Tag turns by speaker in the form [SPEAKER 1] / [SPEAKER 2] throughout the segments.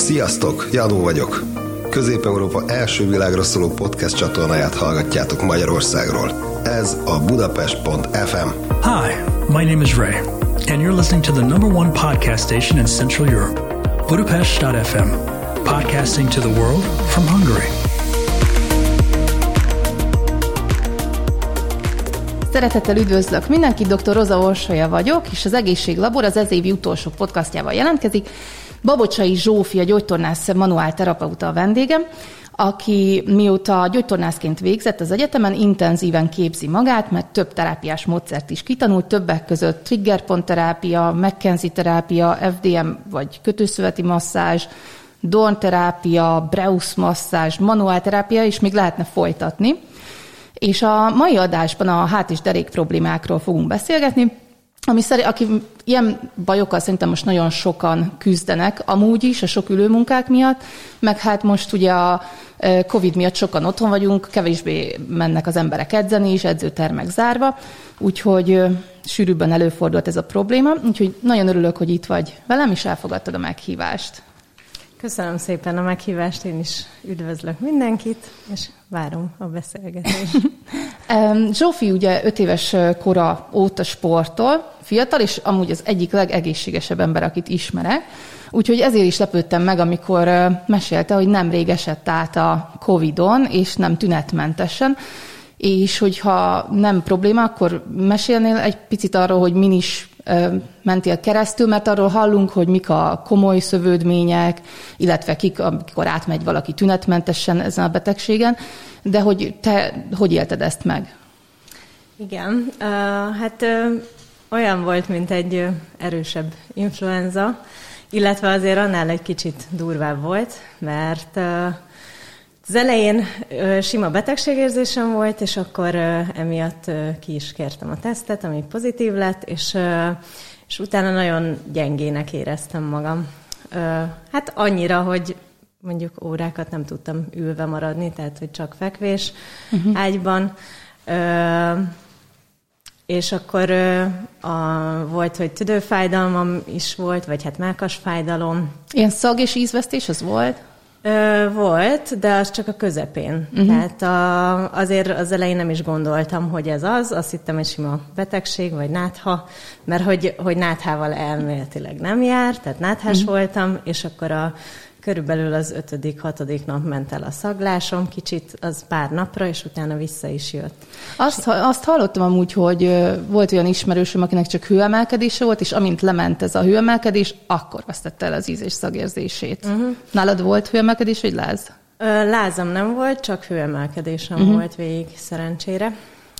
[SPEAKER 1] Sziasztok, Janó vagyok. Közép-Európa első világra szóló podcast csatornáját hallgatjátok Magyarországról. Ez a Budapest.fm.
[SPEAKER 2] Hi, my name is Ray, and you're listening to the #1 podcast station in Central Europe, Budapest.fm, podcasting to the world from Hungary.
[SPEAKER 3] Szeretettel üdvözlök mindenkit, dr. Roza Orsolya vagyok, és az Egészséglabor az ez évi utolsó podcastjával jelentkezik. Babocsai Zsófi, a gyógytornász manuálterapeuta a vendégem, aki mióta gyógytornászként végzett az egyetemen, intenzíven képzi magát, mert több terápiás módszert is kitanult, többek között triggerpontterápia, McKenzie terápia, FDM vagy kötőszöveti masszázs, Dorn terápia, Breus masszázs, manuálterápia, és még lehetne folytatni. És a mai adásban a hát- és derék problémákról fogunk beszélgetni, aki ilyen bajokkal szerintem most nagyon sokan küzdenek, amúgy is a sok ülőmunkák miatt, meg hát most ugye a Covid miatt sokan otthon vagyunk, kevésbé mennek az emberek edzeni is, edzőtermek zárva, úgyhogy sűrűbben előfordult ez a probléma, úgyhogy nagyon örülök, hogy itt vagy velem, és elfogadtad a meghívást.
[SPEAKER 4] Köszönöm szépen a meghívást, én is üdvözlök mindenkit, és várom a beszélgetést.
[SPEAKER 3] Zsófi ugye 5 éves kora óta sportol, fiatal, és amúgy az egyik legegészségesebb ember, akit ismerek. Úgyhogy ezért is lepődtem meg, amikor mesélte, hogy nemrég esett át a Covid-on, és nem tünetmentesen. És hogyha nem probléma, akkor mesélnél egy picit arról, hogy min is mentél keresztül, mert arról hallunk, hogy mik a komoly szövődmények, illetve kik, amikor átmegy valaki tünetmentesen ezen a betegségen, de hogy te hogy élted ezt meg?
[SPEAKER 4] Igen, olyan volt, mint egy erősebb influenza, illetve azért annál egy kicsit durvább volt, mert az elején sima betegségérzésem volt, és akkor emiatt ki is kértem a tesztet, ami pozitív lett, és utána nagyon gyengének éreztem magam. Hát annyira, hogy mondjuk órákat nem tudtam ülve maradni, tehát hogy csak fekvés ágyban. És akkor volt, hogy tüdőfájdalmam is volt, vagy hát mákasfájdalom.
[SPEAKER 3] Ilyen szag- és ízvesztés az volt?
[SPEAKER 4] Volt, de az csak a közepén. Tehát azért az elején nem is gondoltam, hogy ez az. Azt hittem, hogy sima betegség, vagy nátha, mert hogy náthával elméletileg nem jár, tehát náthás voltam, és akkor körülbelül az 5.-6. nap ment el a szaglásom, kicsit az pár napra, és utána vissza is jött.
[SPEAKER 3] Azt hallottam amúgy, hogy volt olyan ismerősöm, akinek csak hőemelkedése volt, és amint lement ez a hőemelkedés, akkor vesztette el az íz- és szagérzését. Nálad volt hőemelkedés, vagy láz?
[SPEAKER 4] Lázam nem volt, csak hőemelkedésem volt végig, szerencsére.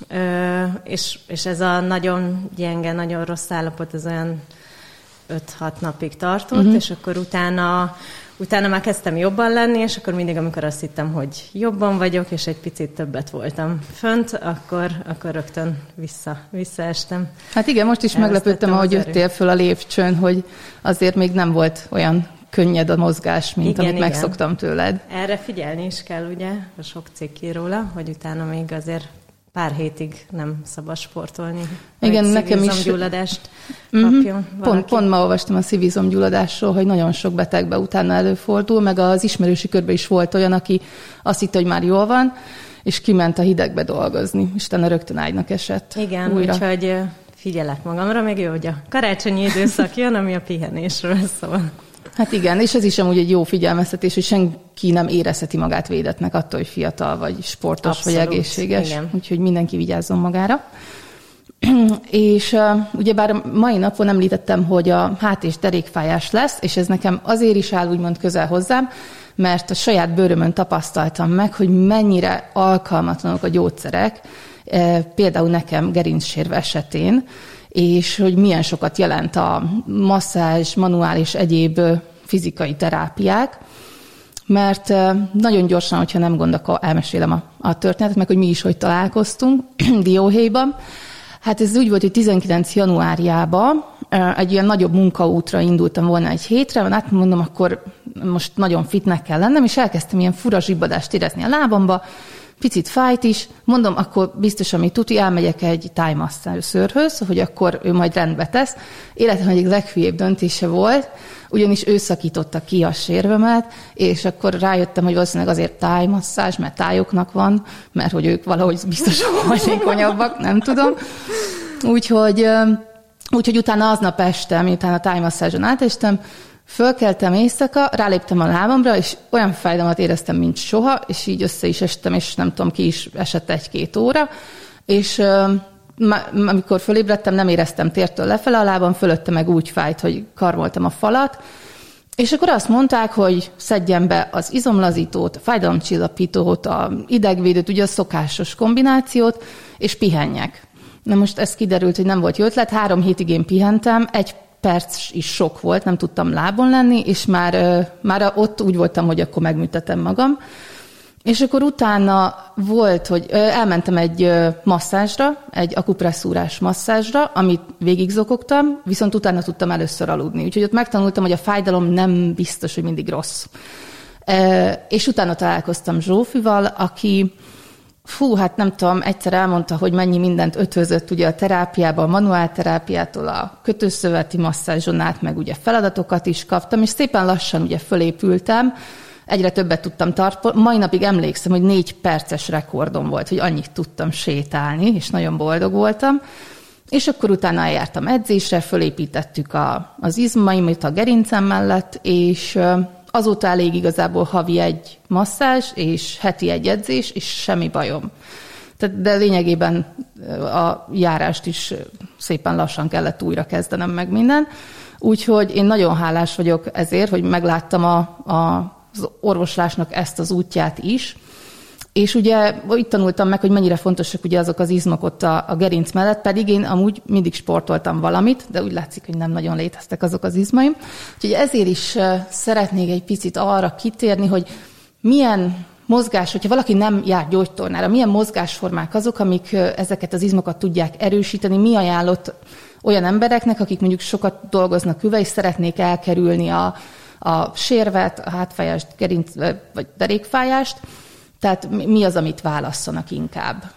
[SPEAKER 4] És ez a nagyon gyenge, nagyon rossz állapot, ez olyan 5-6 napig tartott, és akkor utána már kezdtem jobban lenni, és akkor mindig, amikor azt hittem, hogy jobban vagyok, és egy picit többet voltam fönt, akkor rögtön visszaestem.
[SPEAKER 3] Hát igen, most is meglepődtem, ahogy jöttél föl a lépcsőn, hogy azért még nem volt olyan könnyed a mozgás, mint amit megszoktam tőled.
[SPEAKER 4] Erre figyelni is kell, ugye, a sok cikk ír róla, hogy utána még azért pár hétig nem szabad sportolni.
[SPEAKER 3] Igen, nekem is.
[SPEAKER 4] Szívizomgyulladást kapjon valaki.
[SPEAKER 3] Pont ma olvastam a szívizomgyulladásról, hogy nagyon sok betegbe utána előfordul, meg az ismerősi körben is volt olyan, aki azt hitte, hogy már jól van, és kiment a hidegbe dolgozni, és utána rögtön ágynak esett.
[SPEAKER 4] Igen,
[SPEAKER 3] újra.
[SPEAKER 4] Úgyhogy figyelek magamra, még jó, hogy a karácsonyi időszak jön, ami a pihenésről szól.
[SPEAKER 3] Hát igen, és ez is amúgy egy jó figyelmeztetés, hogy senki nem érezheti magát védettnek attól, hogy fiatal, vagy sportos, abszolút, vagy egészséges. Igen. Úgyhogy mindenki vigyázzon magára. És ugyebár mai napon említettem, hogy a hát- és derékfájás lesz, és ez nekem azért is áll úgymond közel hozzám, mert a saját bőrömön tapasztaltam meg, hogy mennyire alkalmatlanok a gyógyszerek, például nekem gerincsérv esetén, és hogy milyen sokat jelent a masszázs, manuál és egyéb fizikai terápiák, mert nagyon gyorsan, hogyha nem gond, akkor elmesélem a történetet, meg hogy mi is hogy találkoztunk Dióhéjban. Hát ez úgy volt, hogy 19 januárjában egy ilyen nagyobb munkaútra indultam volna egy hétre, hát mondom, akkor most nagyon fitnek kell lennem, és elkezdtem ilyen fura zsibbadást érezni a lábamba, picit fájt is, mondom, akkor biztos, ami tuti, elmegyek egy tájmasszázsőrhöz, hogy akkor ő majd rendbe tesz. Életem egyik leghülyébb döntése volt, ugyanis ő szakította ki a sérvemet, és akkor rájöttem, hogy valószínűleg azért tájmasszázs, mert tájoknak van, mert hogy ők valahogy biztosan hajlékonyabbak, nem tudom. Úgyhogy utána aznap este, miután a tájmasszázson átestem, fölkeltem éjszaka, ráléptem a lábamra, és olyan fájdalmat éreztem, mint soha, és így össze is estem, és nem tudom, ki is esett 1-2 óra, és amikor fölébredtem, nem éreztem tértől lefele a lábam, fölötte meg úgy fájt, hogy karmoltam a falat, és akkor azt mondták, hogy szedjem be az izomlazítót, a fájdalomcsillapítót, a idegvédőt, ugye a szokásos kombinációt, és pihenjek. Na most ez kiderült, hogy nem volt jó ötlet, 3 hétig én pihentem, 1 perc is sok volt, nem tudtam lábon lenni, és már ott úgy voltam, hogy akkor megműtetem magam. És akkor utána volt, hogy elmentem egy masszázsra, egy akupresszúrás masszázsra, amit végigzokogtam, viszont utána tudtam először aludni. Úgyhogy ott megtanultam, hogy a fájdalom nem biztos, hogy mindig rossz. És utána találkoztam Zsófival, aki hát nem tudom, egyszer elmondta, hogy mennyi mindent ötvözött ugye a terápiában, a manuálterápiától a kötőszöveti masszázson át, meg ugye feladatokat is kaptam, és szépen lassan ugye fölépültem, egyre többet tudtam mai napig emlékszem, hogy 4 perces rekordom volt, hogy annyit tudtam sétálni, és nagyon boldog voltam. És akkor utána eljártam edzésre, fölépítettük az izmaimat a gerincem mellett, és azóta elég igazából havi 1 masszázs, és heti 1 edzés, és semmi bajom. De lényegében a járást is szépen lassan kellett újra kezdenem meg minden. Úgyhogy én nagyon hálás vagyok ezért, hogy megláttam az orvoslásnak ezt az útját is. És ugye itt tanultam meg, hogy mennyire fontosak ugye azok az izmok ott a gerinc mellett, pedig én amúgy mindig sportoltam valamit, de úgy látszik, hogy nem nagyon léteztek azok az izmaim. Úgyhogy ezért is szeretnék egy picit arra kitérni, hogy milyen mozgás, hogyha valaki nem jár gyógytornára, milyen mozgásformák azok, amik ezeket az izmokat tudják erősíteni, mi ajánlott olyan embereknek, akik mondjuk sokat dolgoznak üve, és szeretnék elkerülni a sérvet, a hátfájást, gerinc vagy derékfájást. Tehát mi az, amit válasszanak inkább?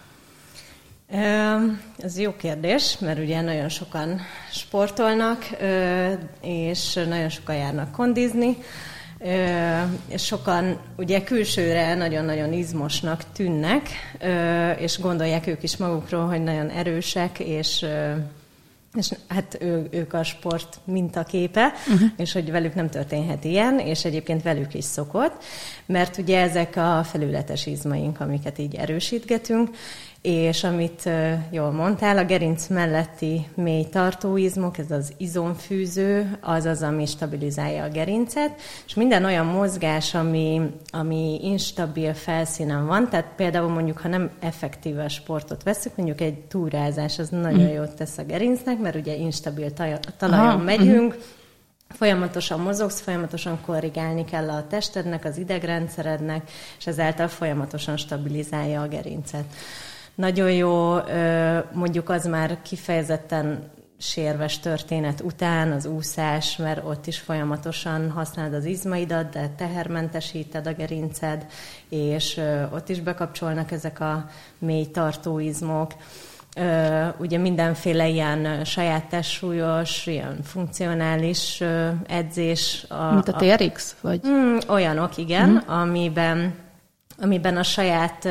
[SPEAKER 4] Ez jó kérdés, mert ugye nagyon sokan sportolnak, és nagyon sokan járnak kondizni, és sokan ugye külsőre nagyon-nagyon izmosnak tűnnek, és gondolják ők is magukról, hogy nagyon erősek, és hát ők a sport mintaképe, és hogy velük nem történhet ilyen, és egyébként velük is szokott, mert ugye ezek a felületes izmaink, amiket így erősítgetünk, és amit jól mondtál, a gerinc melletti mély tartóizmok, ez az izomfűző, az az, ami stabilizálja a gerincet, és minden olyan mozgás, ami instabil felszínen van, tehát például mondjuk, ha nem effektíve sportot veszük, mondjuk egy túrázás, az nagyon jót tesz a gerincnek, mert ugye instabil talajon megyünk, folyamatosan mozogsz, folyamatosan korrigálni kell a testednek, az idegrendszerednek, és ezáltal folyamatosan stabilizálja a gerincet. Nagyon jó, mondjuk az már kifejezetten sérves történet után, az úszás, mert ott is folyamatosan használod az izmaidat, de tehermentesíted a gerinced, és ott is bekapcsolnak ezek a mély tartóizmok. Ugye mindenféle ilyen saját testsúlyos, ilyen funkcionális edzés.
[SPEAKER 3] Mint a TRX? Vagy?
[SPEAKER 4] Olyanok, igen, amiben a saját...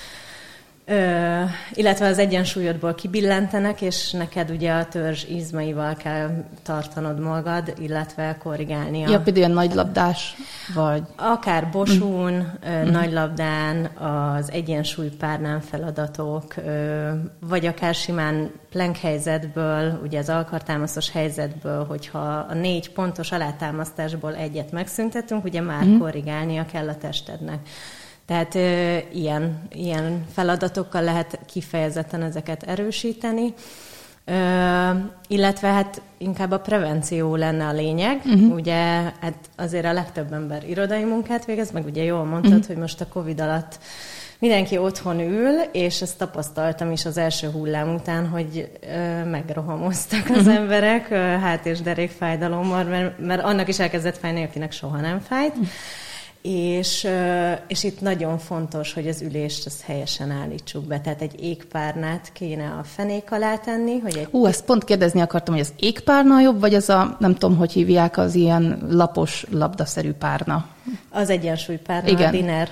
[SPEAKER 4] illetve az egyensúlyodból kibillentenek, és neked ugye a törzs izmaival kell tartanod magad, illetve korrigálni.
[SPEAKER 3] Ja, például ilyen nagylabdás, vagy...
[SPEAKER 4] Akár bosún, nagylabdán, az egyensúlypárnán feladatok, vagy akár simán plank helyzetből, ugye az alkartámasztos helyzetből, hogyha a 4 pontos alátámasztásból egyet megszüntetünk, ugye már korrigálnia kell a testednek. Tehát ilyen feladatokkal lehet kifejezetten ezeket erősíteni, illetve hát inkább a prevenció lenne a lényeg. Ugye hát azért a legtöbb ember irodai munkát végez, meg ugye jól mondtad, hogy most a Covid alatt mindenki otthon ül, és ezt tapasztaltam is az első hullám után, hogy megrohamoztak az emberek hát és derékfájdalommal, mert annak is elkezdett fájni, akinek soha nem fájt. És itt nagyon fontos, hogy az ülést azt helyesen állítsuk be. Tehát egy égpárnát kéne a fenék alá tenni. Hogy
[SPEAKER 3] ezt pont kérdezni akartam, hogy az égpárna jobb, vagy az a, nem tudom, hogy hívják, az ilyen lapos, labdaszerű párna?
[SPEAKER 4] Az egyensúlypárna,
[SPEAKER 3] igen.
[SPEAKER 4] A dinner.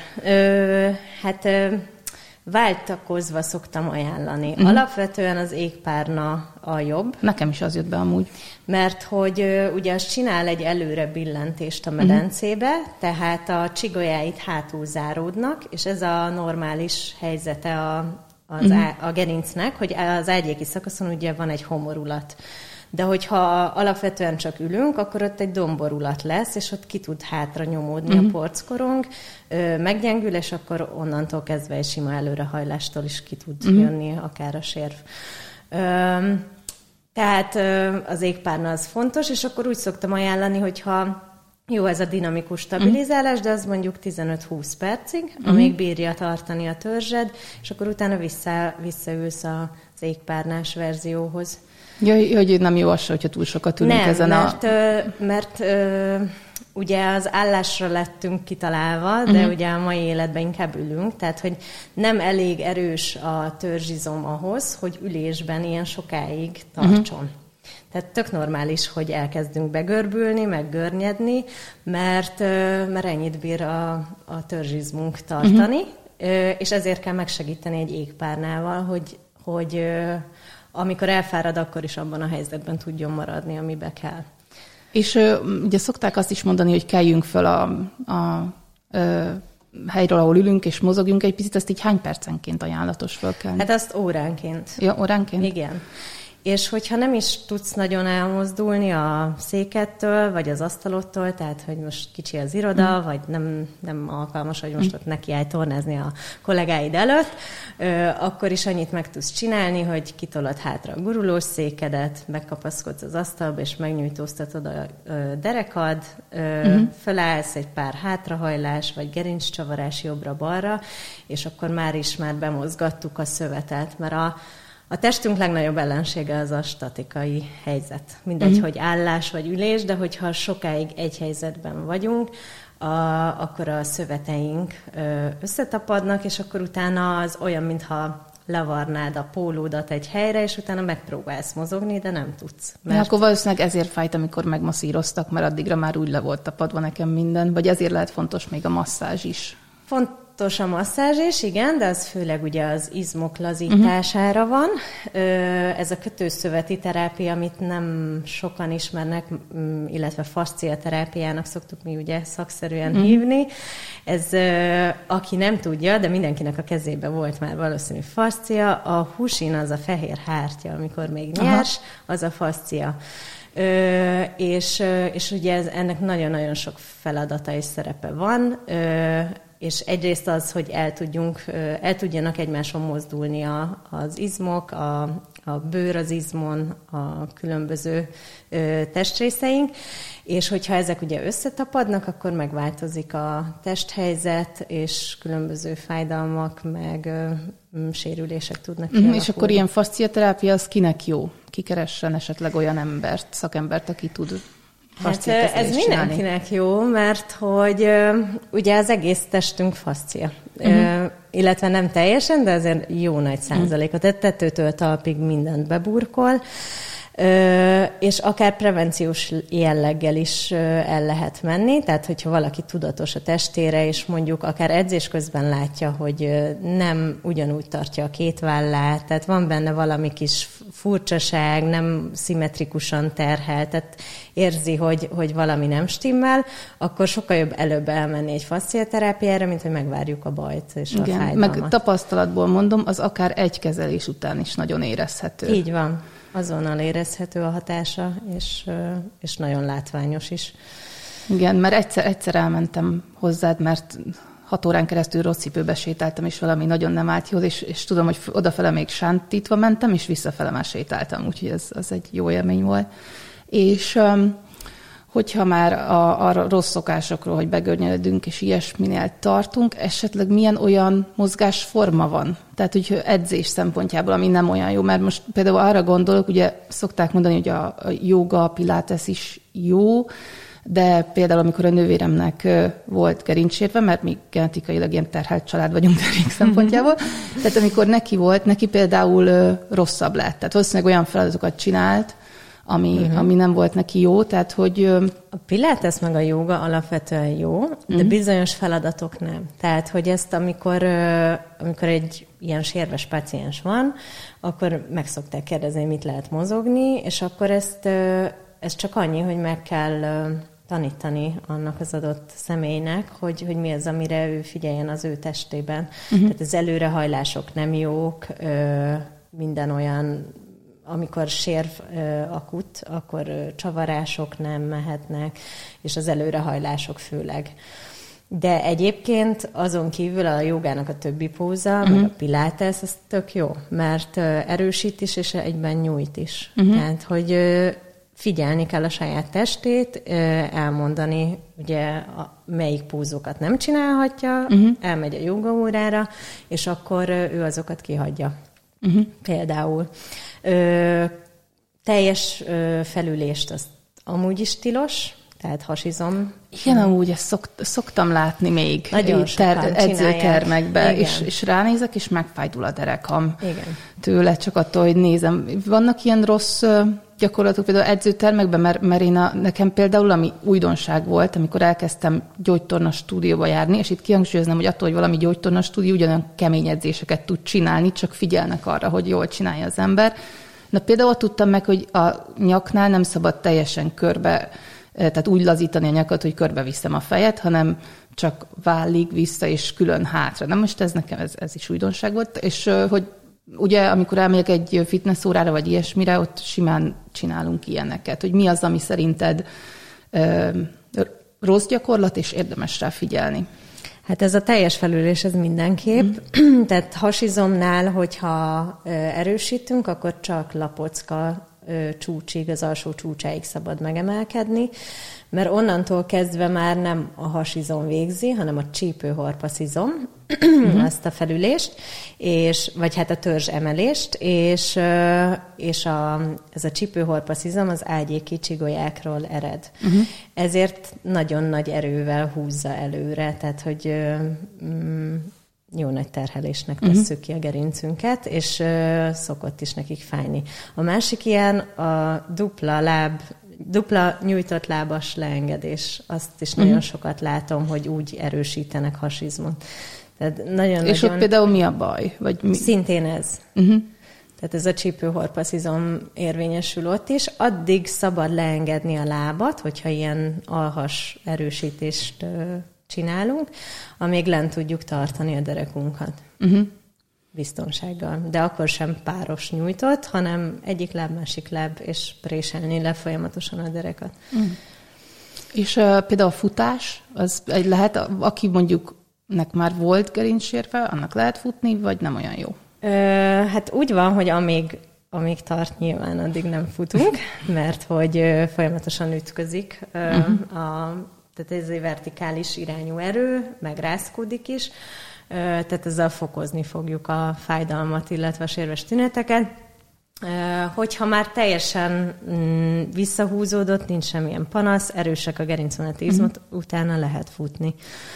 [SPEAKER 4] Váltakozva szoktam ajánlani. Alapvetően az égpárna a jobb.
[SPEAKER 3] Nekem is az jött be amúgy.
[SPEAKER 4] Mert hogy ugye az csinál egy előre billentést a medencébe, tehát a csigolyáit hátul záródnak, és ez a normális helyzete a gerincnek, hogy az ágyéki szakaszon ugye van egy homorulat. De hogyha alapvetően csak ülünk, akkor ott egy domborulat lesz, és ott ki tud hátra nyomódni a porckorong, meggyengül, és akkor onnantól kezdve egy sima előrehajlástól is ki tud jönni akár a sérv. Tehát az égpárna az fontos, és akkor úgy szoktam ajánlani, hogyha jó ez a dinamikus stabilizálás, de az mondjuk 15-20 percig, amíg bírja tartani a törzsed, és akkor utána visszaülsz az égpárnás verzióhoz.
[SPEAKER 3] Ja, hogy nem jó az, hogyha túl sokat ülünk ezen
[SPEAKER 4] mert ugye az állásra lettünk kitalálva, de ugye a mai életben inkább ülünk, tehát hogy nem elég erős a törzsizom ahhoz, hogy ülésben ilyen sokáig tartson. Tehát tök normális, hogy elkezdünk begörbülni, meg görnyedni, mert ennyit bír a törzsizmunk tartani, és ezért kell megsegíteni egy égpárnával, hogy amikor elfárad, akkor is abban a helyzetben tudjon maradni, amibe kell.
[SPEAKER 3] És ugye szokták azt is mondani, hogy keljünk föl a helyről, ahol ülünk, és mozogjunk egy picit, ezt így hány percenként ajánlatos fölkelni?
[SPEAKER 4] Hát azt óránként.
[SPEAKER 3] Ja, óránként?
[SPEAKER 4] Igen. És hogyha nem is tudsz nagyon elmozdulni a székettől, vagy az asztalodtól, tehát, hogy most kicsi az iroda, vagy nem alkalmas, hogy most ott nekiállj tornázni a kollégáid előtt, akkor is annyit meg tudsz csinálni, hogy kitolod hátra a gurulós székedet, megkapaszkodsz az asztalba, és megnyújtóztatod a derekad, fölállsz egy pár hátrahajlás, vagy gerinccsavarás jobbra-balra, és akkor már bemozgattuk a szövetet, mert a testünk legnagyobb ellensége az a statikai helyzet. Mindegy, hogy állás vagy ülés, de hogyha sokáig egy helyzetben vagyunk, akkor a szöveteink összetapadnak, és akkor utána az olyan, mintha levarnád a pólódat egy helyre, és utána megpróbálsz mozogni, de nem tudsz.
[SPEAKER 3] Mert... akkor valószínűleg ezért fájt, amikor megmasszíroztak, mert addigra már úgy le volt tapadva nekem minden, vagy ezért lehet fontos még a masszázs is.
[SPEAKER 4] Fontos a masszázs is, igen, de az főleg ugye az izmok lazítására van. Ez a kötőszöveti terápia, amit nem sokan ismernek, illetve fasciaterápiának szoktuk mi ugye szakszerűen hívni. Ez, aki nem tudja, de mindenkinek a kezébe volt már valószínű fascia, a husin az a fehér hártya, amikor még nyers, az a fascia. És ugye ennek nagyon-nagyon sok feladata és szerepe van, és egyrészt az, hogy el tudjanak egymáson mozdulni az izmok, a bőr az izmon, a különböző testrészeink, és hogyha ezek ugye összetapadnak, akkor megváltozik a testhelyzet, és különböző fájdalmak, meg sérülések tudnak kialakulni.
[SPEAKER 3] És akkor ilyen fasciaterápia az kinek jó? Kikeressen esetleg olyan szakembert, aki tud fasciakezelést
[SPEAKER 4] ez mindenkinek jó, mert hogy ugye az egész testünk fascia. Illetve nem teljesen, de azért jó nagy százalékot. Tehát tetőtől talpig mindent beburkol, és akár prevenciós jelleggel is el lehet menni, tehát hogyha valaki tudatos a testére, és mondjuk akár edzés közben látja, hogy nem ugyanúgy tartja a két vállát, tehát van benne valami kis furcsaság, nem szimmetrikusan terhel, tehát érzi, hogy valami nem stimmel, akkor sokkal jobb előbb elmenni egy fasciaterápiára, mint hogy megvárjuk a bajt és a fájdalmat.
[SPEAKER 3] Meg tapasztalatból mondom, az akár egy kezelés után is nagyon érezhető.
[SPEAKER 4] Így van. Azonnal érezhető a hatása, és nagyon látványos is.
[SPEAKER 3] Igen, mert egyszer elmentem hozzád, mert 6 órán keresztül rossz cipőbe sétáltam, és valami nagyon nem állt jól, és tudom, hogy odafele még sántítva mentem, és visszafele már sétáltam, úgyhogy ez egy jó élmény volt. És hogyha már a rossz szokásokról, hogy begörnyeledünk, és ilyesminél tartunk, esetleg milyen olyan mozgásforma van? Tehát, hogy edzés szempontjából, ami nem olyan jó, mert most például arra gondolok, ugye szokták mondani, hogy a jóga, a pilates is jó, de például amikor a nővéremnek volt gerincsérve, mert mi genetikailag ilyen terhelt család vagyunk derék szempontjából, tehát amikor neki például rosszabb lett. Tehát valószínűleg olyan feladatokat csinált, ami nem volt neki jó, tehát hogy...
[SPEAKER 4] A pilates meg a jóga alapvetően jó, de bizonyos feladatok nem. Tehát, hogy ezt amikor egy ilyen sérves paciens van, akkor meg szokták kérdezni, mit lehet mozogni, és akkor ez csak annyi, hogy meg kell tanítani annak az adott személynek, hogy mi az, amire ő figyeljen az ő testében. Tehát az előrehajlások nem jók, minden olyan, amikor sérv akut, akkor csavarások nem mehetnek, és az előrehajlások főleg. De egyébként azon kívül a jogának a többi póza, meg a pilates, az tök jó, mert erősít is, és egyben nyújt is. Tehát, hogy figyelni kell a saját testét, elmondani, ugye melyik pózokat nem csinálhatja, elmegy a jogaórára, és akkor ő azokat kihagyja. Például. Teljes felülést az amúgy is tilos, tehát hasizom.
[SPEAKER 3] Igen, amúgy ezt szoktam látni még edzőtermekben, és ránézek, és megfájdul a derekam tőle, csak attól, hogy nézem. Vannak ilyen rossz gyakorlatok például edzőtermekben, mert nekem például, ami újdonság volt, amikor elkezdtem gyógytorna stúdióba járni, és itt kihangsúlyoznám, hogy attól, hogy valami gyógytorna stúdió ugyanolyan kemény edzéseket tud csinálni, csak figyelnek arra, hogy jól csinálja az ember. Na például ott tudtam meg, hogy a nyaknál nem szabad teljesen körbe, tehát úgy lazítani a nyakat, hogy körbeviszem a fejet, hanem csak vállig vissza, és külön hátra. Na most ez nekem ez is újdonság volt, és hogy ugye, amikor elmegyek egy fitness órára, vagy ilyesmire, ott simán csinálunk ilyeneket, hogy mi az, ami szerinted rossz gyakorlat, és érdemes rá figyelni.
[SPEAKER 4] Hát ez a teljes felülés, ez mindenképp. Tehát hasizomnál, hogyha erősítünk, akkor csak lapocka csúcsig, az alsó csúcsáig szabad megemelkedni, mert onnantól kezdve már nem a hasizom végzi, hanem a csípőhorpaszizom, azt a felülést, vagy hát a törzs emelést, és ez a csípőhorpaszizom az ágyéki csigolyákról ered. Ezért nagyon nagy erővel húzza előre, tehát hogy jó nagy terhelésnek tesszük ki a gerincünket, és szokott is nekik fájni. A másik ilyen a dupla nyújtott lábas leengedés. Azt is nagyon sokat látom, hogy úgy erősítenek hasizmot. Tehát
[SPEAKER 3] és ott például mi a baj?
[SPEAKER 4] Szintén ez. Tehát ez a csípőhorpaszizom érvényesül ott is. Addig szabad leengedni a lábat, hogyha ilyen alhas erősítést csinálunk, amíg lent tudjuk tartani a derekunkat. Biztonsággal. De akkor sem páros nyújtott, hanem egyik láb, másik láb, és préselni le folyamatosan a derekat.
[SPEAKER 3] És például a futás, az lehet, aki mondjuk nek már volt gerincsérve, annak lehet futni, vagy nem olyan jó?
[SPEAKER 4] Hát úgy van, hogy amíg tart, nyilván addig nem futunk, mert hogy folyamatosan ütközik tehát ez egy vertikális irányú erő, meg rázkódik is, tehát ezzel fokozni fogjuk a fájdalmat, illetve a sérves tüneteket. Hogyha már teljesen visszahúzódott, nincs semmilyen panasz, erősek a gerincvonati izmok, utána lehet futni.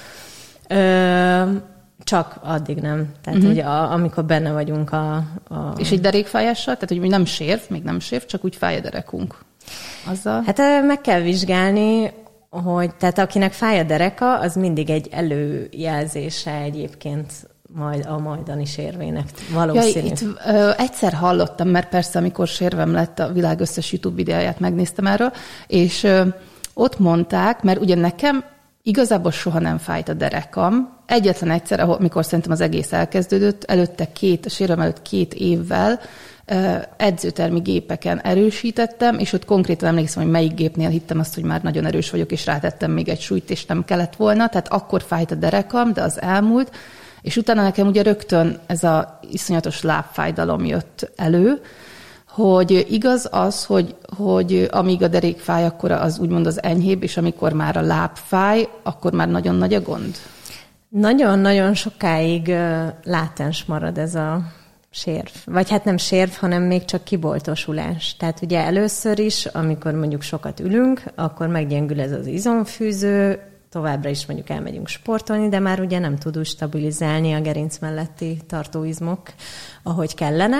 [SPEAKER 4] Csak addig nem. Tehát, hogy amikor benne vagyunk
[SPEAKER 3] És egy derékfájással? Tehát, hogy még nem sérv, csak úgy fáj a derekunk. Azzal?
[SPEAKER 4] Hát meg kell vizsgálni, tehát akinek fáj a dereka, az mindig egy előjelzése egyébként majd a majdani sérvének valószínű.
[SPEAKER 3] Egyszer hallottam, mert persze, amikor sérvem lett, a világ összes YouTube videóját megnéztem erről, és ott mondták, mert ugye nekem igazából soha nem fájt a derekam. Egyetlen egyszer, amikor szerintem az egész elkezdődött, a sérvem előtt 2 évvel edzőtermi gépeken erősítettem, és ott konkrétan emlékszem, hogy melyik gépnél hittem azt, hogy már nagyon erős vagyok, és rátettem még egy súlyt, és nem kellett volna. Tehát akkor fájt a derekam, de az elmúlt. És utána nekem ugye rögtön ez a iszonyatos lábfájdalom jött elő, hogy igaz az, hogy amíg a derék fáj, akkor az úgymond az enyhébb, és amikor már a láb fáj, akkor már nagyon nagy a gond?
[SPEAKER 4] Nagyon-nagyon sokáig látens marad ez a sérv. Vagy hát nem sérv, hanem még csak kiboltosulás. Tehát ugye először is, amikor mondjuk sokat ülünk, akkor meggyengül ez az izomfűző, továbbra is mondjuk elmegyünk sportolni, de már ugye nem tud úgy stabilizálni a gerinc melletti tartóizmok, ahogy kellene,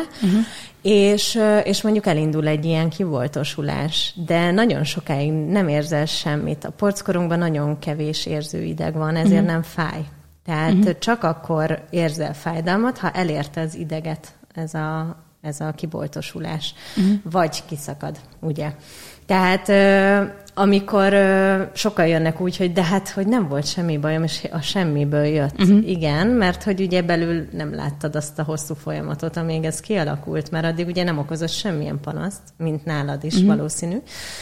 [SPEAKER 4] és mondjuk elindul egy ilyen kivoltosulás, de nagyon sokáig nem érzel semmit. A porckorunkban nagyon kevés érzőideg van, ezért nem fáj. Tehát csak akkor érzel fájdalmat, ha elérte az ideget ez a kiboltosulás, vagy kiszakad, ugye? Tehát amikor sokan jönnek úgy, hogy de hát, hogy nem volt semmi bajom, és a semmiből jött. Igen, mert hogy ugye belül nem láttad azt a hosszú folyamatot, amíg ez kialakult, mert addig ugye nem okozott semmilyen panaszt, mint nálad is valószínű.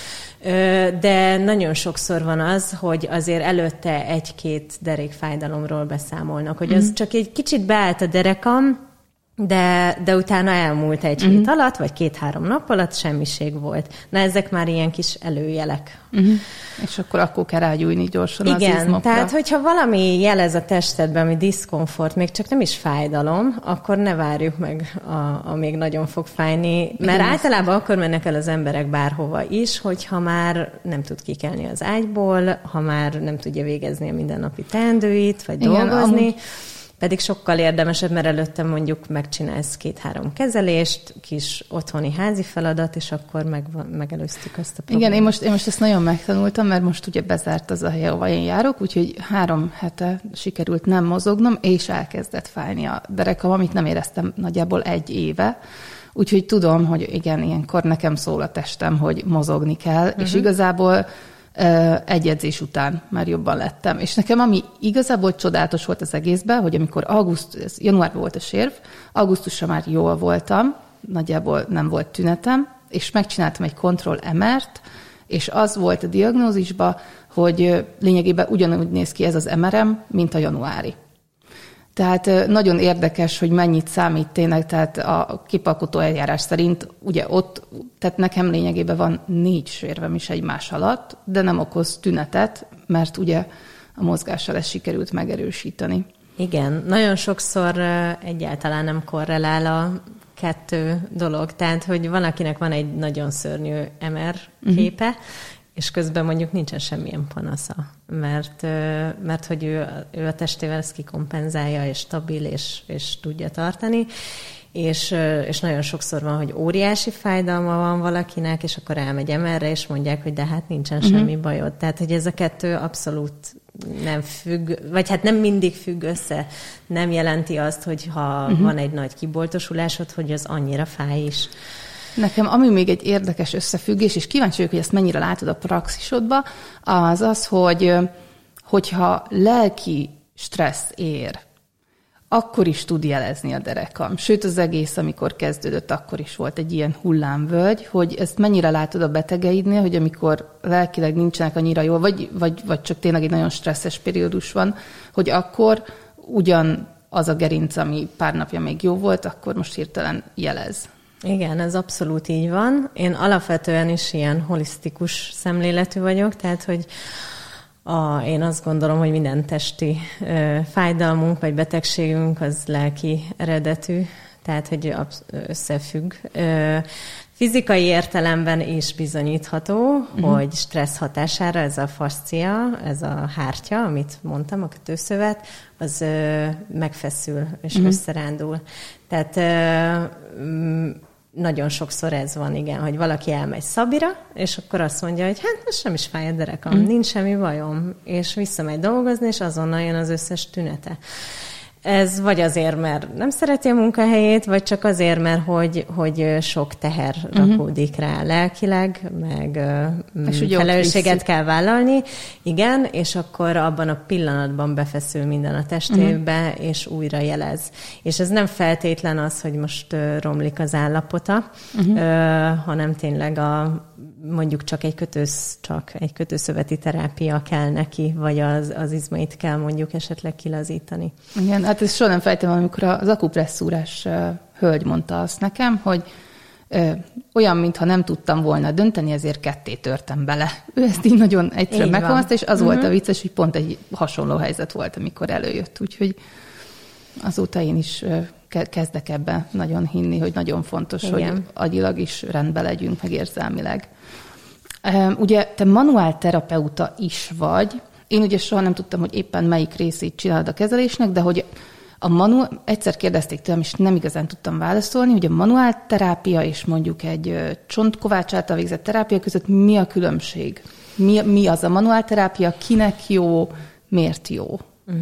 [SPEAKER 4] De nagyon sokszor van az, hogy azért előtte 1-2 derékfájdalomról beszámolnak, hogy az csak egy kicsit beállt a derekam, de utána elmúlt 1 hét alatt, vagy 2-3 nap alatt semmiség volt. Na, ezek már ilyen kis előjelek.
[SPEAKER 3] És akkor kell rágyújni gyorsan az izmokra.
[SPEAKER 4] Igen, tehát hogyha valami jelez a testedben, ami diszkomfort, még csak nem is fájdalom, akkor ne várjuk meg, amíg nagyon fog fájni. Mert általában akkor mennek el az emberek bárhova is, hogyha már nem tud kikelni az ágyból, ha már nem tudja végezni a mindennapi teendőit, vagy dolgozni. Pedig sokkal érdemesebb, mert előtte mondjuk megcsinálsz 2-3 kezelést, kis otthoni házi feladat, és akkor megelőztük ezt a problémát.
[SPEAKER 3] Igen, én most ezt nagyon megtanultam, mert most ugye bezárt az a hely, ahol én járok, úgyhogy 3 hete sikerült nem mozognom, és elkezdett fájni a derekam, amit nem éreztem nagyjából 1 éve. Úgyhogy tudom, hogy igen, ilyenkor nekem szól a testem, hogy mozogni kell, és igazából 1 edzés után már jobban lettem. És nekem ami igazából csodálatos volt az egészben, hogy amikor januárban volt a sérv, augusztusra már jól voltam, nagyjából nem volt tünetem, és megcsináltam egy kontroll MR-t, és az volt a diagnózisban, hogy lényegében ugyanúgy néz ki ez az MR-em, mint a januári. Tehát nagyon érdekes, hogy mennyit számít tényleg, tehát a kipalkotó eljárás szerint ugye ott, tehát nekem lényegében van 4 sérvem is egymás alatt, de nem okoz tünetet, mert ugye a mozgással ezt sikerült megerősíteni.
[SPEAKER 4] Igen, nagyon sokszor egyáltalán nem korrelál a 2 dolog, tehát hogy van, akinek van egy nagyon szörnyű MR képe, és közben mondjuk nincsen semmilyen panasza, mert hogy ő a testével ezt kikompenzálja, és stabil, és tudja tartani, és nagyon sokszor van, hogy óriási fájdalma van valakinek, és akkor elmegy MR-re, és mondják, hogy de hát nincsen semmi bajod. Tehát, hogy ez a 2 abszolút nem függ, vagy hát nem mindig függ össze. Nem jelenti azt, hogy ha van egy nagy kiboltosulásod, hogy az annyira fáj is.
[SPEAKER 3] Nekem ami még egy érdekes összefüggés, és kíváncsi vagyok, hogy ezt mennyire látod a praxisodba, az, hogyha lelki stressz ér, akkor is tud jelezni a derekam. Sőt, az egész, amikor kezdődött, akkor is volt egy ilyen hullámvölgy, hogy ezt mennyire látod a betegeidnél, hogy amikor lelkileg nincsenek annyira jól, vagy csak tényleg egy nagyon stresszes periódus van, hogy akkor ugyan az a gerinc, ami pár napja még jó volt, akkor most hirtelen jelez.
[SPEAKER 4] Igen, ez abszolút így van. Én alapvetően is ilyen holisztikus szemléletű vagyok, tehát, hogy én azt gondolom, hogy minden testi fájdalmunk vagy betegségünk az lelki eredetű, tehát, hogy összefügg. Fizikai értelemben is bizonyítható, hogy stressz hatására ez a faszcia, ez a hártya, amit mondtam, a kötőszövet, az megfeszül és összerándul. Tehát nagyon sokszor ez van, igen, hogy valaki elmegy szabira, és akkor azt mondja, hogy hát most sem is fáj a derekam, nincs semmi bajom, és visszamegy dolgozni, és azonnal jön az összes tünete. Ez vagy azért, mert nem szereti a munkahelyét, vagy csak azért, mert hogy sok teher rakódik rá lelkileg, meg felelősséget kell vállalni. Igen, és akkor abban a pillanatban befeszül minden a testébe, és újra jelez. És ez nem feltétlen az, hogy most romlik az állapota, hanem tényleg mondjuk csak egy kötőszöveti terápia kell neki, vagy az izmait kell mondjuk esetleg kilazítani.
[SPEAKER 3] Igen, hát ezt soha nem fejtem, amikor az akupresszúrás hölgy mondta azt nekem, hogy olyan, mintha nem tudtam volna dönteni, ezért 2 törtem bele. Ő ezt így nagyon egyszerűen megfogalmazta, és az volt a vicces, hogy pont egy hasonló helyzet volt, amikor előjött. Úgyhogy azóta én is kezdek ebben nagyon hinni, hogy nagyon fontos, igen, hogy agyilag is rendben legyünk, meg érzelmileg. Ugye te manuálterapeuta is vagy. Én ugye soha nem tudtam, hogy éppen melyik részét csinálod a kezelésnek, de hogy egyszer kérdezték tőlem, és nem igazán tudtam válaszolni, hogy a manuálterápia és mondjuk egy csontkovács által végzett terápia között mi a különbség? Mi az a manuálterápia, kinek jó, miért jó?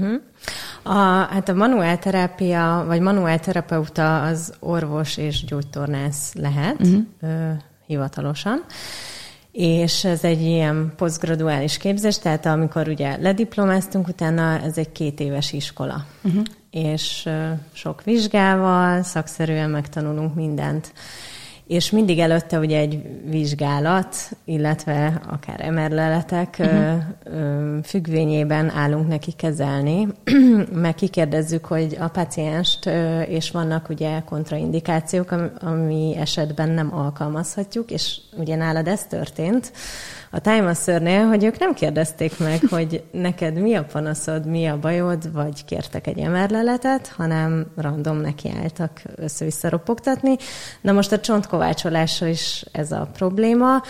[SPEAKER 4] Hát a manuálterápia, vagy manuálterapeuta az orvos és gyógytornász lehet hivatalosan. És ez egy ilyen posztgraduális képzés, tehát amikor ugye lediplomáztunk, utána ez egy 2 éves iskola. És sok vizsgával, szakszerűen megtanulunk mindent. És mindig előtte ugye egy vizsgálat, illetve akár emerleletek függvényében állunk neki kezelni, meg kikérdezzük, hogy a pácienst, és vannak ugye kontraindikációk, ami esetben nem alkalmazhatjuk, és ugye nálad ez történt a tájmasszörnél, hogy ők nem kérdezték meg, hogy neked mi a panaszod, mi a bajod, vagy kértek egy emerleletet, hanem random nekiálltak össze-vissza ropogtatni. Na most a csontkovácsolással is ez a probléma.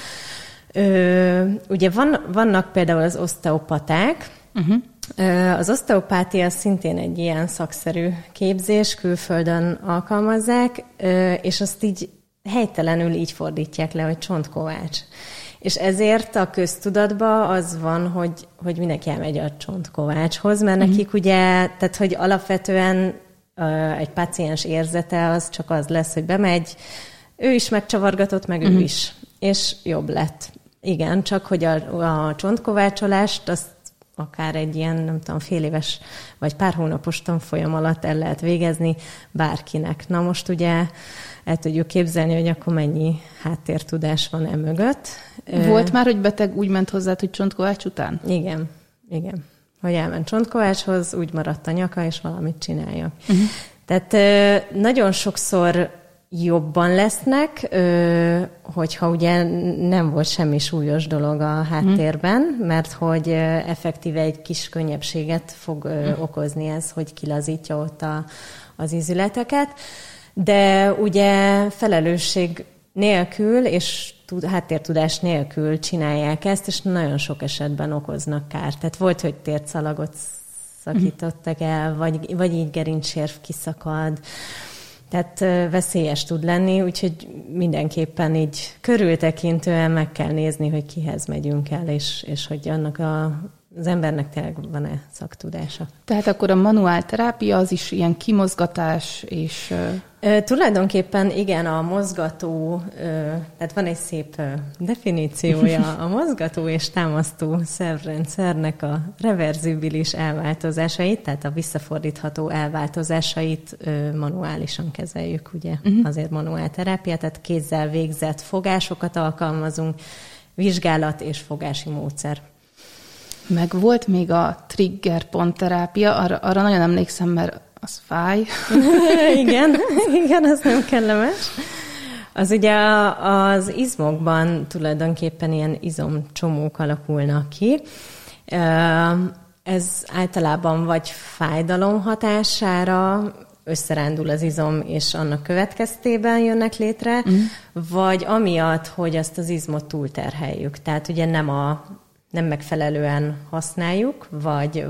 [SPEAKER 4] Ugye vannak például az oszteopaták. Az oszteopátia szintén egy ilyen szakszerű képzés, külföldön alkalmazzák, és azt így helytelenül így fordítják le, hogy csontkovács. És ezért a köztudatban az van, hogy mindenki elmegy a csontkovácshoz, mert nekik ugye, tehát hogy alapvetően egy páciens érzete az csak az lesz, hogy bemegy, ő is megcsavargatott, meg ő is, és jobb lett. Igen, csak hogy a csontkovácsolást azt akár egy ilyen, nem tudom, fél éves vagy pár hónapos tanfolyam alatt el lehet végezni bárkinek. Na most ugye el tudjuk képzelni, hogy akkor mennyi háttértudás van mögött.
[SPEAKER 3] Volt már, hogy beteg úgy ment hozzád, hogy csontkovács után?
[SPEAKER 4] Igen. Hogy elment csontkovácshoz, úgy maradt a nyaka, és valamit csinálja. Tehát nagyon sokszor jobban lesznek, hogyha ugye nem volt semmi súlyos dolog a háttérben, mert hogy effektíve egy kis könnyebbséget fog okozni ez, hogy kilazítja ott az ízületeket. De ugye felelősség nélkül és háttértudás nélkül csinálják ezt, és nagyon sok esetben okoznak kárt. Tehát volt, hogy tércalagot szakítottak el, vagy így gerincsérv kiszakad. Tehát veszélyes tud lenni, úgyhogy mindenképpen így körültekintően meg kell nézni, hogy kihez megyünk el, és hogy annak az embernek tényleg van-e szaktudása.
[SPEAKER 3] Tehát akkor a manuálterápia az is ilyen kimozgatás és...
[SPEAKER 4] Tulajdonképpen igen, a mozgató, tehát van egy szép definíciója a mozgató és támasztó szervrendszernek a reverzibilis elváltozásait, tehát a visszafordítható elváltozásait manuálisan kezeljük, ugye? Azért manuálterápia, tehát kézzel végzett fogásokat alkalmazunk, vizsgálat és fogási módszer.
[SPEAKER 3] Meg volt még a triggerpontterápia, arra nagyon emlékszem, mert az fáj.
[SPEAKER 4] igen, az nem kellemes. Az ugye az izmokban tulajdonképpen ilyen izomcsomók alakulnak ki. Ez általában vagy fájdalom hatására összerándul az izom, és annak következtében jönnek létre, vagy amiatt, hogy azt az izmot túlterheljük. Tehát ugye nem megfelelően használjuk, vagy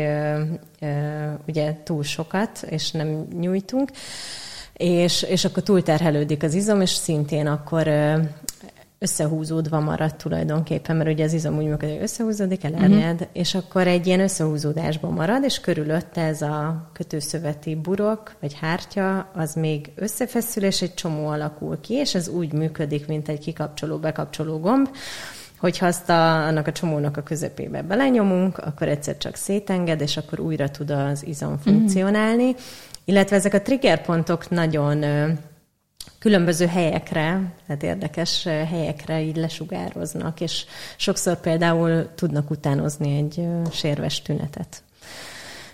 [SPEAKER 4] ugye túl sokat, és nem nyújtunk, és akkor túlterhelődik az izom, és szintén akkor összehúzódva marad tulajdonképpen, mert ugye az izom úgy működik, hogy összehúzódik, elernyed, és akkor egy ilyen összehúzódásban marad, és körülötte ez a kötőszöveti burok, vagy hártya, az még összefeszül, és egy csomó alakul ki, és ez úgy működik, mint egy kikapcsoló-bekapcsoló gomb, hogyha azt annak a csomónak a közepébe belenyomunk, akkor egyszer csak szétenged, és akkor újra tud az izom funkcionálni. Illetve ezek a triggerpontok nagyon különböző helyekre, tehát érdekes helyekre így lesugároznak, és sokszor például tudnak utánozni egy sérves tünetet.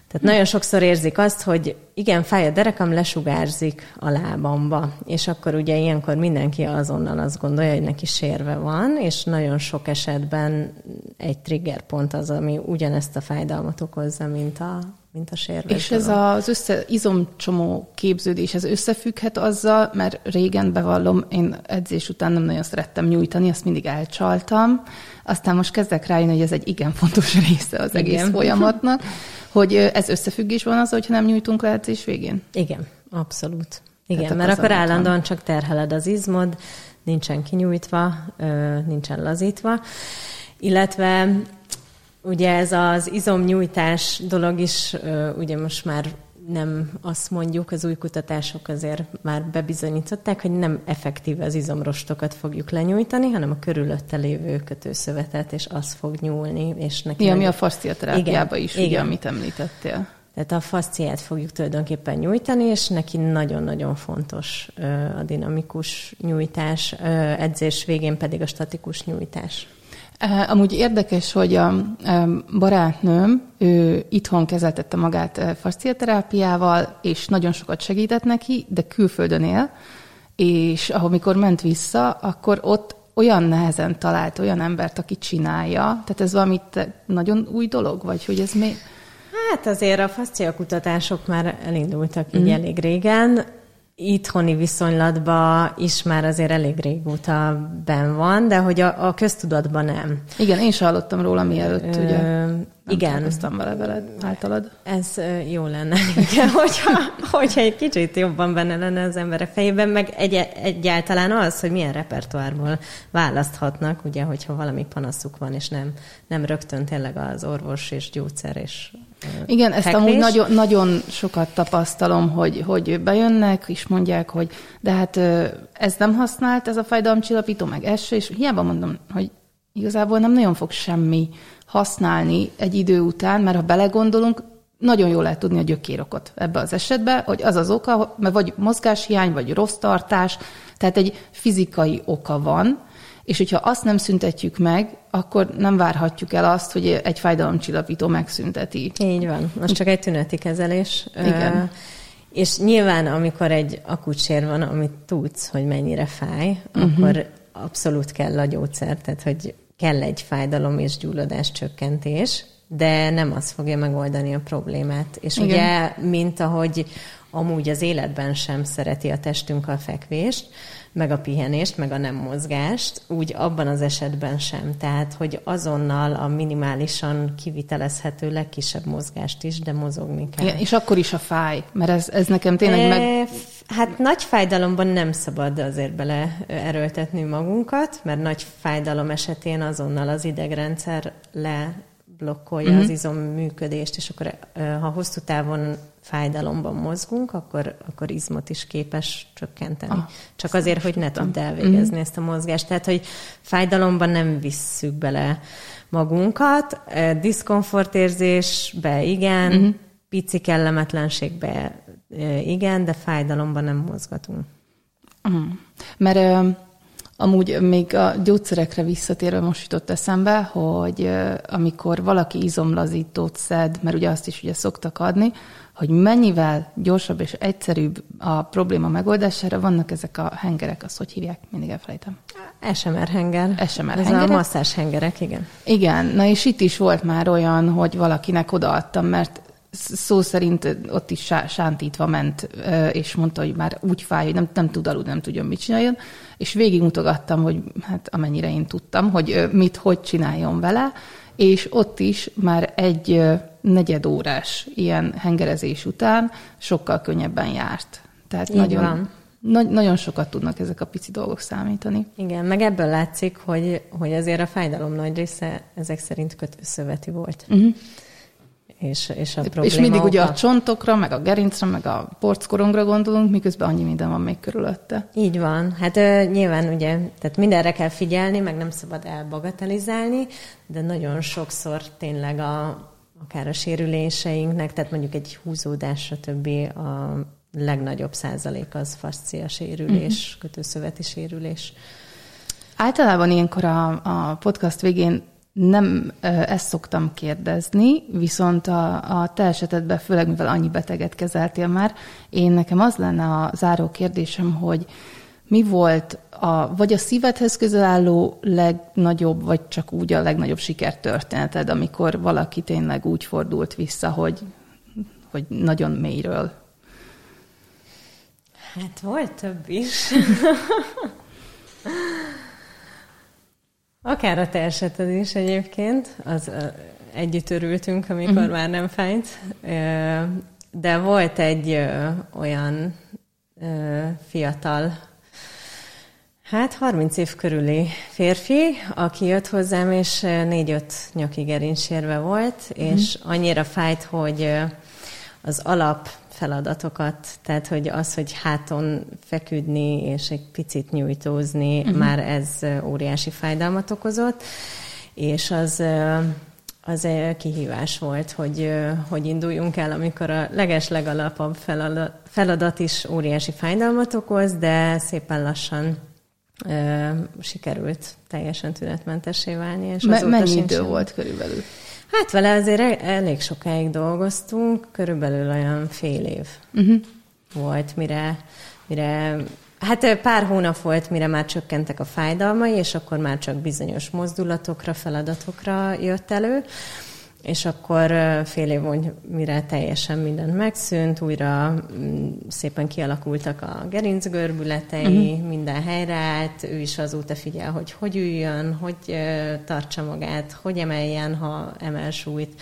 [SPEAKER 4] Tehát nagyon sokszor érzik azt, hogy igen, fáj a derekam, lesugárzik a lábamba, és akkor ugye ilyenkor mindenki azonnal azt gondolja, hogy neki sérve van, és nagyon sok esetben egy triggerpont az, ami ugyanezt a fájdalmat okozza, mint a sérve.
[SPEAKER 3] És ez az izomcsomó képződés, ez összefügghet azzal, mert régen bevallom, én edzés után nem nagyon szerettem nyújtani, azt mindig elcsaltam, aztán most kezdek rájönni, hogy ez egy igen fontos része az egész folyamatnak, hogy ez összefüggés van azzal, hogyha nem nyújtunk le edzés végén?
[SPEAKER 4] Igen, abszolút. Igen, mert akkor állandóan csak terheled az izmod, nincsen kinyújtva, nincsen lazítva, illetve ugye ez az izomnyújtás dolog is, ugye most már nem azt mondjuk, az új kutatások azért már bebizonyították, hogy nem effektív az izomrostokat fogjuk lenyújtani, hanem a körülötte lévő kötőszövetet, és az fog nyúlni. És neki
[SPEAKER 3] ami a fasciaterápiában is, ugye, amit említettél.
[SPEAKER 4] Tehát a fasciát fogjuk tulajdonképpen nyújtani, és neki nagyon-nagyon fontos a dinamikus nyújtás, edzés végén pedig a statikus nyújtás.
[SPEAKER 3] Amúgy érdekes, hogy a barátnőm, ő itthon kezeltette magát fasciaterápiával, és nagyon sokat segített neki, de külföldön él, és amikor ment vissza, akkor ott olyan nehezen talált olyan embert, aki csinálja. Tehát ez valami nagyon új dolog, vagy hogy ez még...
[SPEAKER 4] Hát azért a fasciakutatások már elindultak így elég régen. Itthoni viszonylatban is már azért elég régóta benn van, de hogy a köztudatban nem.
[SPEAKER 3] Igen, én sem hallottam róla, mielőtt ugye
[SPEAKER 4] igen.
[SPEAKER 3] találkoztam veled általad.
[SPEAKER 4] Ez jó lenne, igen, hogyha egy kicsit jobban benne lenne az emberek fejében, meg egyáltalán az, hogy milyen repertoárból választhatnak, ugye, hogyha valami panaszuk van, és nem rögtön tényleg az orvos és gyógyszer és
[SPEAKER 3] igen, ezt amúgy nagyon sokat tapasztalom, hogy bejönnek, és mondják, hogy de hát ez nem használt, ez a fájdalomcsillapító, meg ez se, és hiába mondom, hogy igazából nem nagyon fog semmi használni egy idő után, mert ha belegondolunk, nagyon jól lehet tudni a gyökérokot ebbe az esetben, hogy az az oka, mert vagy mozgáshiány, vagy rossz tartás, tehát egy fizikai oka van, és hogyha azt nem szüntetjük meg, akkor nem várhatjuk el azt, hogy egy fájdalomcsillapító megszünteti.
[SPEAKER 4] Így van. Az csak egy tüneti kezelés.
[SPEAKER 3] Igen.
[SPEAKER 4] És nyilván, amikor egy akut sér van, amit tudsz, hogy mennyire fáj, akkor abszolút kell a gyógyszer, tehát hogy kell egy fájdalom és gyulladás csökkentés, de nem az fogja megoldani a problémát. És igen. Ugye, mint ahogy amúgy az életben sem szereti a testünk a fekvést, meg a pihenést, meg a nem mozgást, úgy abban az esetben sem. Tehát, hogy azonnal a minimálisan kivitelezhető legkisebb mozgást is, de mozogni kell.
[SPEAKER 3] Igen, és akkor is a fáj, mert ez nekem tényleg
[SPEAKER 4] Hát nagy fájdalomban nem szabad azért beleerőltetni magunkat, mert nagy fájdalom esetén azonnal az idegrendszer leblokkolja az izom működést, és akkor ha hosszú távon fájdalomban mozgunk, akkor izmot is képes csökkenteni. Csak azért, hogy ne tudd elvégezni ezt a mozgást. Tehát, hogy fájdalomban nem visszük bele magunkat, diszkomfortérzésbe igen, pici kellemetlenségbe igen, de fájdalomban nem mozgatunk.
[SPEAKER 3] Mert amúgy még a gyógyszerekre visszatérve most jutott eszembe, hogy amikor valaki izomlazítót szed, mert ugye azt is ugye szoktak adni, hogy mennyivel gyorsabb és egyszerűbb a probléma megoldására vannak ezek a hengerek, azt hogy hívják? Mindig elfelejtem.
[SPEAKER 4] SMR henger.
[SPEAKER 3] SMR
[SPEAKER 4] ez
[SPEAKER 3] hengerek.
[SPEAKER 4] A masszás hengerek, igen.
[SPEAKER 3] Igen, na és itt is volt már olyan, hogy valakinek odaadtam, mert szó szerint ott is sántítva ment, és mondta, hogy már úgy fáj, hogy nem tud aludni, nem tudjon mit csináljon, és végigmutogattam, hogy hát amennyire én tudtam, hogy hogy csináljon vele, és ott is már egy negyedórás ilyen hengerezés után sokkal könnyebben járt. Tehát nagyon sokat tudnak ezek a pici dolgok számítani.
[SPEAKER 4] Igen, meg ebből látszik, hogy azért a fájdalom nagy része ezek szerint kötőszöveti volt. És a probléma
[SPEAKER 3] és mindig
[SPEAKER 4] oka.
[SPEAKER 3] ugye a csontokra, meg a gerincre, meg a porckorongra gondolunk, miközben annyi minden van még körülötte.
[SPEAKER 4] Így van. Hát nyilván ugye, tehát mindenre kell figyelni, meg nem szabad elbagatelizálni, de nagyon sokszor tényleg akár a sérüléseinknek, tehát mondjuk egy húzódás, stb. A legnagyobb százalék az fascia sérülés, kötőszöveti sérülés.
[SPEAKER 3] Általában ilyenkor a podcast végén nem ezt szoktam kérdezni, viszont a te esetedben, főleg mivel annyi beteget kezeltél már, nekem az lenne a záró kérdésem, hogy mi volt vagy a szívedhez közel álló legnagyobb, vagy csak úgy a legnagyobb sikertörténeted, amikor valaki tényleg úgy fordult vissza, hogy nagyon mélyről?
[SPEAKER 4] Hát volt több is. Akár a te eseted is egyébként, együtt örültünk, amikor már nem fájt, de volt egy olyan fiatal, 30 év körüli férfi, aki jött hozzám, és 4-5 nyaki gerincsérve volt, és annyira fájt, hogy az alap feladatokat, tehát hogy háton feküdni és egy picit nyújtózni, már ez óriási fájdalmat okozott, és az kihívás volt, hogy induljunk el, amikor a legeslegalapabb feladat is óriási fájdalmat okoz, de szépen lassan sikerült teljesen tünetmentessé válni. És
[SPEAKER 3] mennyi idő volt körülbelül?
[SPEAKER 4] Hát vele azért elég sokáig dolgoztunk, körülbelül olyan fél év volt, mire hát pár hónap volt, mire már csökkentek a fájdalmai, és akkor már csak bizonyos mozdulatokra, feladatokra jött elő, és akkor fél év volt, mire teljesen mindent megszűnt, újra szépen kialakultak a gerincgörbületei, minden helyreállt, ő is azóta figyel, hogy üljön, hogy tartsa magát, hogy emeljen, ha emel súlyt,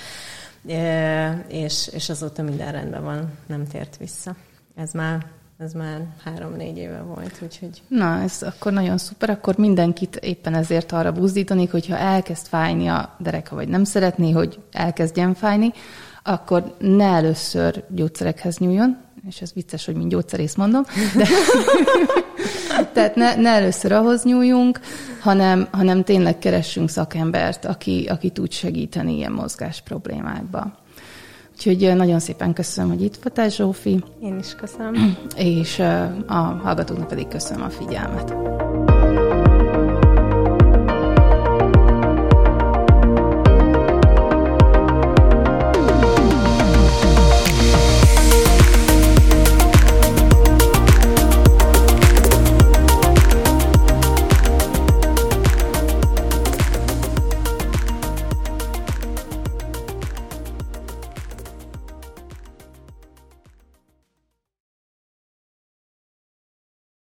[SPEAKER 4] és azóta minden rendben van, nem tért vissza. Ez már 3-4 éve volt, úgyhogy...
[SPEAKER 3] Na, ez akkor nagyon szuper, akkor mindenkit éppen ezért arra buzdítanék, hogyha elkezd fájni a dereka, vagy nem szeretné, hogy elkezdjen fájni, akkor ne először gyógyszerekhez nyúljon, és ez vicces, hogy mint gyógyszerész mondom, de tehát ne először ahhoz nyúljunk, hanem tényleg keressünk szakembert, aki tud segíteni ilyen mozgás problémákba. Úgyhogy nagyon szépen köszönöm, hogy itt voltál, Zsófi.
[SPEAKER 4] Én is köszönöm.
[SPEAKER 3] És a hallgatóknak pedig köszönöm a figyelmet.